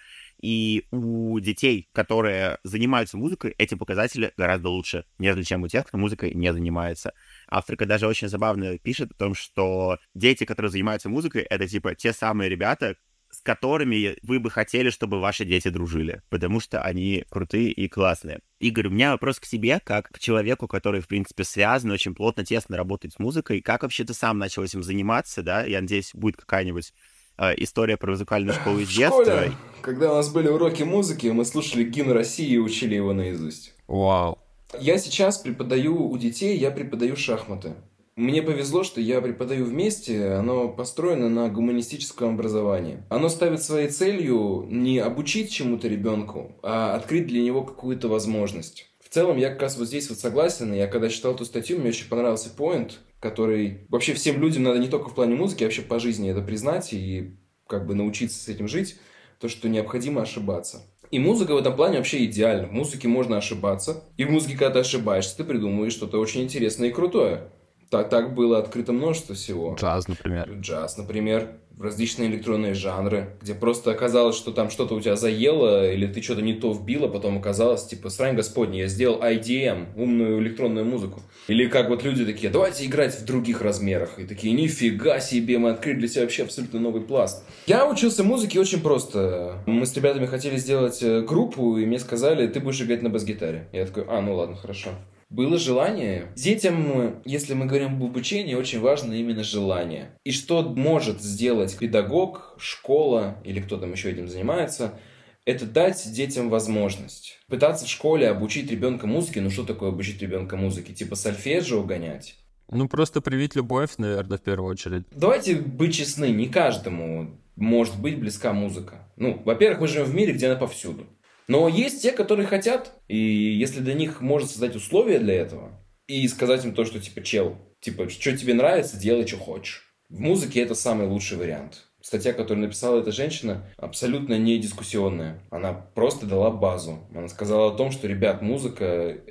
и у детей, которые занимаются музыкой, эти показатели гораздо лучше, нежели чем у тех, кто музыкой не занимается. Авторка даже очень забавно пишет о том, что дети, которые занимаются музыкой, это типа те самые ребята, с которыми вы бы хотели, чтобы ваши дети дружили, потому что они крутые и классные. Игорь, у меня вопрос к тебе, как к человеку, который, в принципе, связан, очень плотно, тесно работает с музыкой. Как вообще ты сам начал этим заниматься, да? Я надеюсь, будет какая-нибудь история про музыкальную школу из детства. В школе, когда у нас были уроки музыки, мы слушали гимн России и учили его наизусть. Вау. Я сейчас преподаю у детей, я преподаю шахматы. Мне повезло, что я преподаю вместе, оно построено на гуманистическом образовании. Оно ставит своей целью не обучить чему-то ребенку, а открыть для него какую-то возможность. В целом, я как раз вот здесь вот согласен, я когда читал эту статью, мне очень понравился поинт, который вообще всем людям надо не только в плане музыки, а вообще по жизни это признать и как бы научиться с этим жить, то, что необходимо ошибаться. И музыка в этом плане вообще идеальна. В музыке можно ошибаться. И в музыке, когда ты ошибаешься, ты придумываешь что-то очень интересное и крутое. Так было открыто множество всего. Джаз, например. Джаз, например. Различные электронные жанры, где просто оказалось, что там что-то у тебя заело, или ты что-то не то вбил, а потом оказалось, типа, срань господня, я сделал IDM, умную электронную музыку. Или как вот люди такие, давайте играть в других размерах. И такие, нифига себе, мы открыли для себя вообще абсолютно новый пласт. Я учился музыке очень просто. Мы с ребятами хотели сделать группу, и мне сказали, ты будешь играть на бас-гитаре. Я такой, ну ладно, хорошо. Было желание. Детям, если мы говорим об обучении, очень важно именно желание. И что может сделать педагог, школа или кто там еще этим занимается, это дать детям возможность. Пытаться в школе обучить ребенка музыке. Ну что такое обучить ребенка музыке? Типа сольфеджио гонять? Ну просто привить любовь, наверное, в первую очередь. Давайте быть честны, не каждому может быть близка музыка. Ну, во-первых, мы живем в мире, где она повсюду. Но есть те, которые хотят, и если для них можно создать условия для этого, и сказать им то, что типа, чел, типа, что тебе нравится, делай, что хочешь. В музыке это самый лучший вариант. Статья, которую написала эта женщина, абсолютно не дискуссионная. Она просто дала базу. Она сказала о том, что, ребят, музыка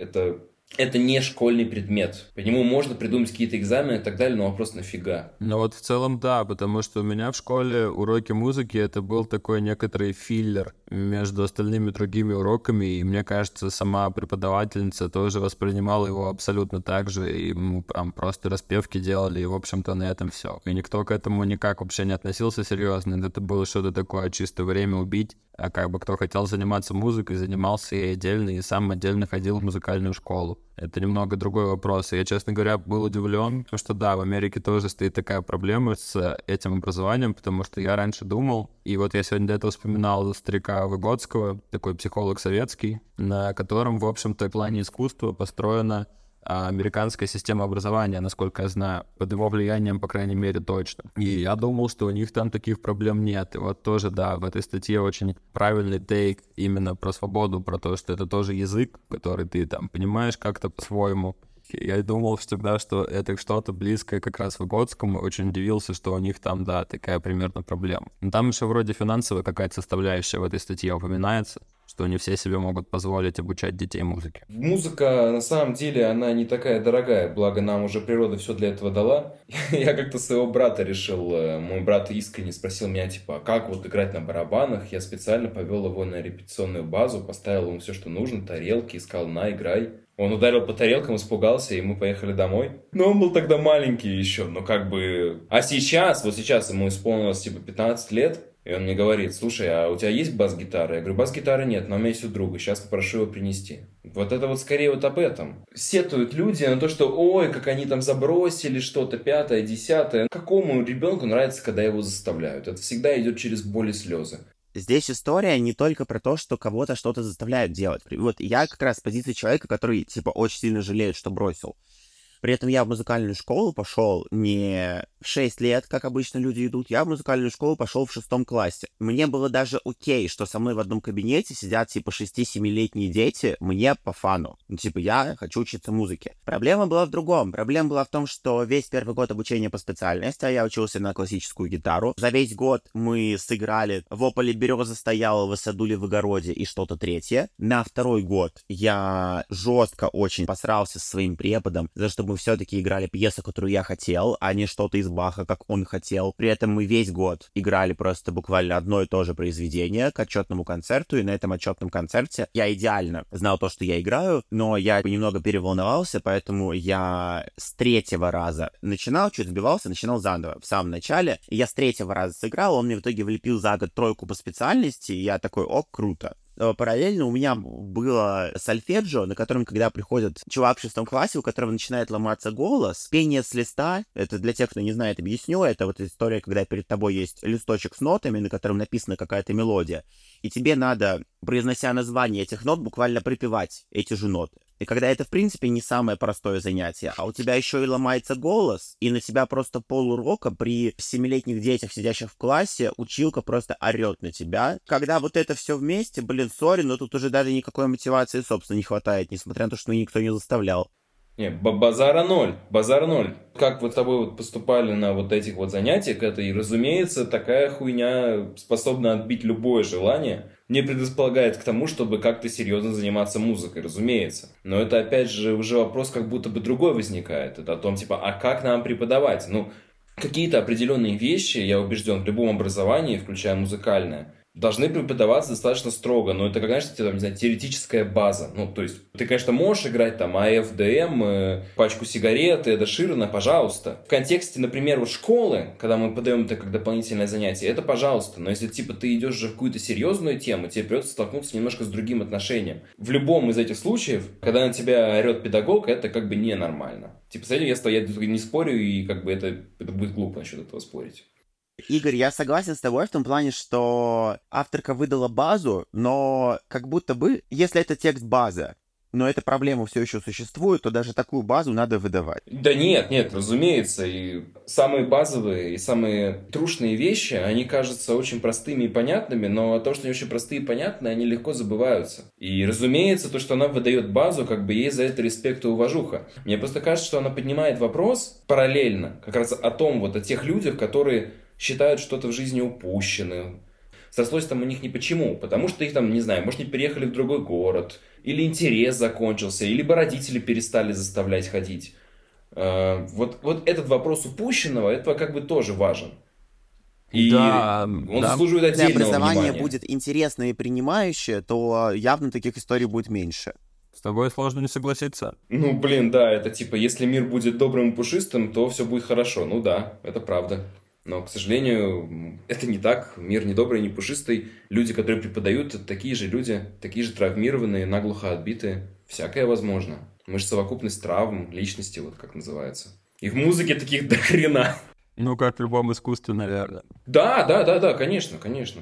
это не школьный предмет. По нему можно придумать какие-то экзамены и так далее, но вопрос нафига. Ну вот в целом да, потому что у меня в школе уроки музыки это был такой некоторый филлер между остальными другими уроками, и мне кажется, сама преподавательница тоже воспринимала его абсолютно так же, и мы прям просто распевки делали, и в общем-то на этом все. И никто к этому никак вообще не относился серьезно, это было что-то такое чисто время убить, а как бы кто хотел заниматься музыкой, занимался и отдельно, и сам отдельно ходил в музыкальную школу. Это немного другой вопрос. И я, честно говоря, был удивлен, потому что да, в Америке тоже стоит такая проблема с этим образованием, потому что я раньше думал, и вот я сегодня до этого вспоминал старика Выгодского, такой психолог советский, на котором, в общем-то, в плане искусства построена американская система образования, насколько я знаю, под его влиянием, по крайней мере, точно. И я думал, что у них там таких проблем нет. И вот тоже, да, в этой статье очень правильный тейк именно про свободу, про то, что это тоже язык, который ты там понимаешь как-то по-своему. Я думал всегда, что это что-то близкое как раз Выгодскому. Очень удивился, что у них там, да, такая примерно проблема. Но там еще вроде финансовая какая-то составляющая в этой статье упоминается, что не все себе могут позволить обучать детей музыке. Музыка, на самом деле, она не такая дорогая, благо нам уже природа все для этого дала. Я как-то своего брата решил, мой брат искренне спросил меня, типа, как вот играть на барабанах. Я специально повел его на репетиционную базу, поставил ему все, что нужно, тарелки, и сказал, на, играй. Он ударил по тарелкам, испугался, и мы поехали домой. Но он был тогда маленький еще, но как бы... А сейчас, вот сейчас ему исполнилось типа 15 лет, и он мне говорит, слушай, а у тебя есть бас-гитара? Я говорю, бас-гитары нет, но у меня есть у друга, сейчас попрошу его принести. Вот это вот скорее вот об этом. Сетуют люди на то, что ой, как они там забросили что-то, 5-е, 10-е. Какому ребенку нравится, когда его заставляют? Это всегда идет через боль и слезы. Здесь история не только про то, что кого-то что-то заставляют делать. Вот я как раз с позиции человека, который, типа, очень сильно жалеет, что бросил. При этом я в музыкальную школу пошел не в 6 лет, как обычно люди идут, я в музыкальную школу пошел в 6 классе. Мне было даже окей, что со мной в одном кабинете сидят, типа, 6-7-летние дети, мне по фану. Ну, типа, я хочу учиться музыке. Проблема была в другом. Проблема была в том, что весь первый год обучения по специальности, а я учился на классическую гитару. За весь год мы сыграли «В ополе береза стояла, в садуле в огороде» и что-то третье. На второй год я жестко очень посрался со своим преподом, за что мы все-таки играли пьесу, которую я хотел, а не что-то из Баха, как он хотел. При этом мы весь год играли просто буквально одно и то же произведение к отчетному концерту, и на этом отчетном концерте я идеально знал то, что я играю, но я немного переволновался, поэтому я с 3-го раза начинал, чуть сбивался, начинал заново в самом начале. И я с 3-го раза сыграл, он мне в итоге влепил за год 3 по специальности, и я такой, о, круто. Параллельно у меня было сольфеджио, на котором, когда приходит чувак в 6 классе, у которого начинает ломаться голос, пение с листа, это для тех, кто не знает, объясню, это вот история, когда перед тобой есть листочек с нотами, на котором написана какая-то мелодия, и тебе надо, произнося название этих нот, буквально припевать эти же ноты. И когда это, в принципе, не самое простое занятие, а у тебя еще и ломается голос, и на тебя просто полурока при 7-летних детях, сидящих в классе, училка просто орет на тебя. Когда вот это все вместе, блин, сори, но тут уже даже никакой мотивации, собственно, не хватает, несмотря на то, что меня никто не заставлял. Не, базара ноль, базара ноль. Как вот с тобой вот поступали на вот этих вот занятиях, это, и, разумеется, такая хуйня способна отбить любое желание, не предрасполагает к тому, чтобы как-то серьезно заниматься музыкой, разумеется. Но это, опять же, уже вопрос как будто бы другой возникает. Это о том, типа, а как нам преподавать? Ну, какие-то определенные вещи, я убежден, в любом образовании, включая музыкальное, должны преподаваться достаточно строго, но это, как, знаешь, там, не знаю, теоретическая база. Ну, то есть, ты, конечно, можешь играть там АФДМ, пачку сигарет, Эда Ширана, пожалуйста. В контексте, например, вот школы, когда мы подаем это как дополнительное занятие, это пожалуйста. Но если, типа, ты идешь же в какую-то серьезную тему, тебе придется столкнуться немножко с другим отношением. В любом из этих случаев, когда на тебя орет педагог, это как бы ненормально. Типа, с этим я не спорю, и как бы это будет глупо насчет этого спорить. Игорь, я согласен с тобой в том плане, что авторка выдала базу, но как будто бы, если это текст база, но эта проблема все еще существует, то даже такую базу надо выдавать. Да нет, разумеется. И самые базовые и самые трушные вещи, они кажутся очень простыми и понятными, но то, что они очень простые и понятные, они легко забываются. И, разумеется, то, что она выдает базу, как бы ей за это респект и уважуха. Мне просто кажется, что она поднимает вопрос параллельно, как раз о том, вот о тех людях, которые считают что-то в жизни упущенным. Срослось там у них не почему, потому что их там, не знаю, может, не переехали в другой город, или интерес закончился, или бы родители перестали заставлять ходить. Вот этот вопрос упущенного, это как бы тоже важен. И Да, он да. заслуживает Если отдельного образование внимания. будет интересное и принимающее, то явно таких историй будет меньше. С тобой сложно не согласиться. Ну, блин, да, это типа, если мир будет добрым и пушистым, то все будет хорошо. Ну да, это правда. Но, к сожалению, это не так. Мир не добрый, не пушистый. Люди, которые преподают, это такие же люди, такие же травмированные, наглухо отбитые. Всякое возможно. Мы же совокупность травм, личности, вот как называется. И в музыке таких до хрена. Ну, как в любом искусстве, наверное. Да, конечно.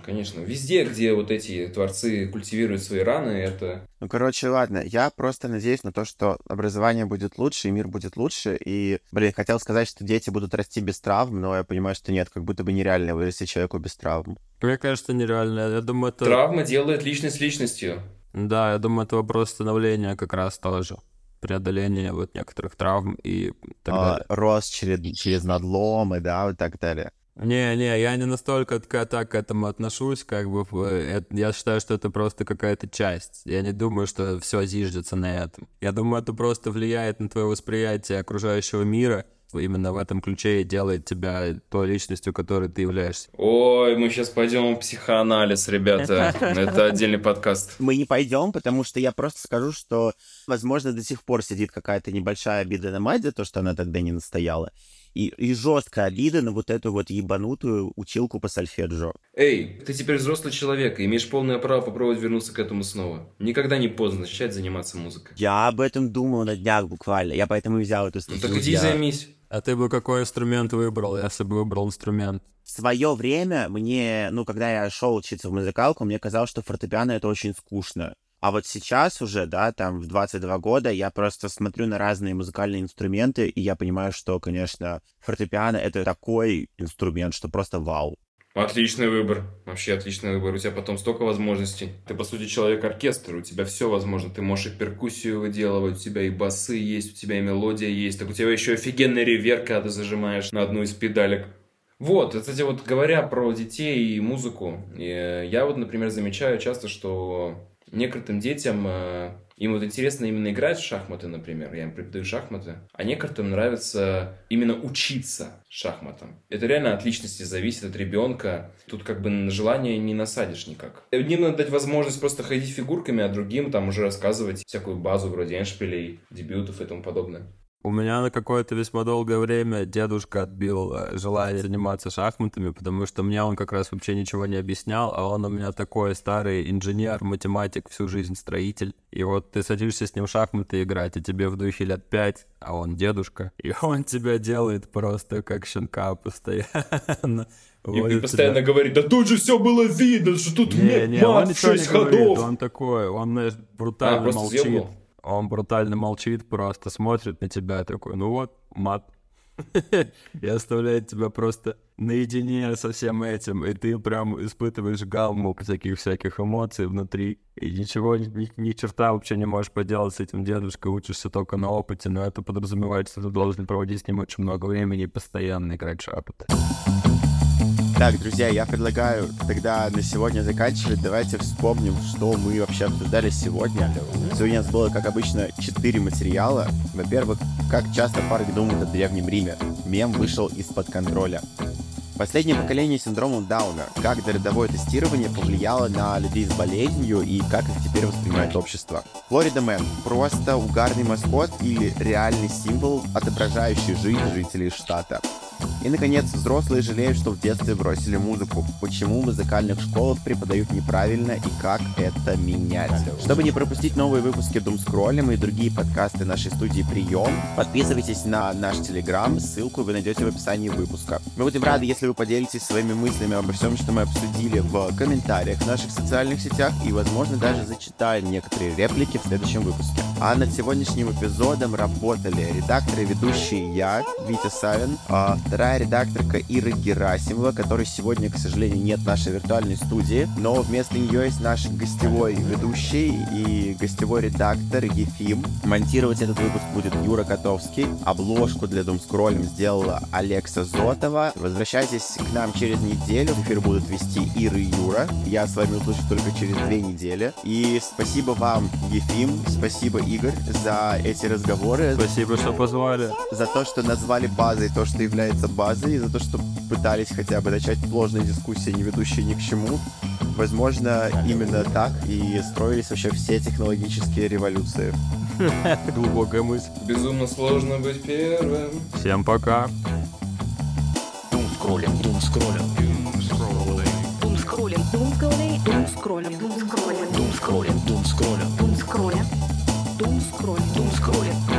Везде, где вот эти творцы культивируют свои раны, это... Ну, короче, ладно, я просто надеюсь на то, что образование будет лучше, и мир будет лучше, и, хотел сказать, что дети будут расти без травм, но я понимаю, что нет, как будто бы нереально вырасти человеку без травм. Мне кажется, нереально. Я думаю, это... Травма делает личность личностью. Да, я думаю, это вопрос становления как раз тоже. Преодоление вот некоторых травм и так далее. Рост через надломы, да, вот так далее. Не, я не настолько так к этому отношусь, как бы, я считаю, что это просто какая-то часть. Я не думаю, что все зиждется на этом. Я думаю, это просто влияет на твое восприятие окружающего мира, именно в этом ключе и делает тебя той личностью, которой ты являешься. Ой, мы сейчас пойдем в психоанализ, ребята. Это отдельный подкаст. Мы не пойдем, потому что я просто скажу, что, возможно, до сих пор сидит какая-то небольшая обида на мать за то, что она тогда не настояла. И жесткая обида на вот эту вот ебанутую училку по сольфеджио. Эй, ты теперь взрослый человек и имеешь полное право попробовать вернуться к этому снова. Никогда не поздно начать заниматься музыкой. Я об этом думал на днях буквально. Я поэтому и взял эту Ну статью. так иди займись. А ты бы какой инструмент выбрал, если бы выбрал инструмент? В свое время мне, когда я шел учиться в музыкалку, мне казалось, что фортепиано — это очень скучно. А вот сейчас уже, да, там в 22 года я просто смотрю на разные музыкальные инструменты, и я понимаю, что, конечно, фортепиано — это такой инструмент, что просто вау. Отличный выбор. Вообще отличный выбор. У тебя потом столько возможностей. Ты, по сути, человек-оркестр. У тебя все возможно. Ты можешь и перкуссию выделывать, у тебя и басы есть, у тебя и мелодия есть. Так у тебя еще офигенный реверб, когда ты зажимаешь на одну из педалек. Вот, кстати, вот говоря про детей и музыку, я вот, например, замечаю часто, что некоторым детям им вот интересно именно играть в шахматы, например, я им преподаю шахматы, а некоторым нравится именно учиться шахматам. Это реально от личности зависит, от ребенка. Тут как бы на желание не насадишь никак. Одним надо дать возможность просто ходить фигурками, а другим там уже рассказывать всякую базу вроде эндшпилей, дебютов и тому подобное. У меня на какое-то весьма долгое время дедушка отбил желание заниматься шахматами, потому что мне он как раз вообще ничего не объяснял, а он у меня такой старый инженер, математик, всю жизнь строитель. И вот ты садишься с ним в шахматы играть, и тебе в духе лет 5, а он дедушка, и он тебя делает просто как щенка постоянно. И постоянно говорит, да тут же все было видно, что тут он мат в ничего 6 не говорит, ходов. он такой, он знаешь, брутально молчит. Съебал? Он брутально молчит, просто смотрит на тебя такой, ну вот, мат. и оставляет тебя просто наедине со всем этим, и ты прям испытываешь гамму всяких эмоций внутри, и ничего, ни черта вообще не можешь поделать с этим дедушкой, учишься только на опыте, но это подразумевает, что ты должен проводить с ним очень много времени и постоянно играть шахматы. Так, друзья, я предлагаю тогда на сегодня заканчивать. Давайте вспомним, что мы вообще обсуждали сегодня. Сегодня у нас было, как обычно, 4 материала. Во-первых, как часто парни думают о Древнем Риме. Мем вышел из-под контроля. Последнее поколение синдрома Дауна. Как дородовое тестирование повлияло на людей с болезнью и как их теперь воспринимает общество. Флорида Мэн. Просто угарный маскот или реальный символ, отображающий жизнь жителей штата. И, наконец, взрослые жалеют, что в детстве бросили музыку. Почему в музыкальных школах преподают неправильно и как это менять? Чтобы не пропустить новые выпуски Думскроллим и другие подкасты нашей студии «Прием», подписывайтесь на наш Телеграм, ссылку вы найдете в описании выпуска. Мы будем рады, если вы поделитесь своими мыслями обо всем, что мы обсудили в комментариях в наших социальных сетях и, возможно, даже зачитаем некоторые реплики в следующем выпуске. А над сегодняшним эпизодом работали редактор и ведущий я, Витя Савин, вторая редакторка Ира Герасимова, которой сегодня, к сожалению, нет в нашей виртуальной студии, но вместо нее есть наш гостевой ведущий и гостевой редактор Ефим. Монтировать этот выпуск будет Юра Котовский. Обложку для Думскроллим сделала Алекса Зотова. Возвращайтесь к нам через неделю. В эфир будут вести Ира и Юра. Я с вами услышу только через 2 недели. И спасибо вам, Ефим, спасибо, Игорь, за эти разговоры. Спасибо, что позвали. За то, что назвали базой то, что является базой, и за то, что пытались хотя бы начать сложные дискуссии, не ведущие ни к чему. Возможно, именно так и строились вообще все технологические революции. Глубокая мысль. Безумно сложно быть первым. Всем пока. Думскроллим. Думскроллим. Думскроллим. Думскроллим. Думскроллим. Думскроллим. Думскроллим. Думскроллим. Думскроллим. Думскроллим.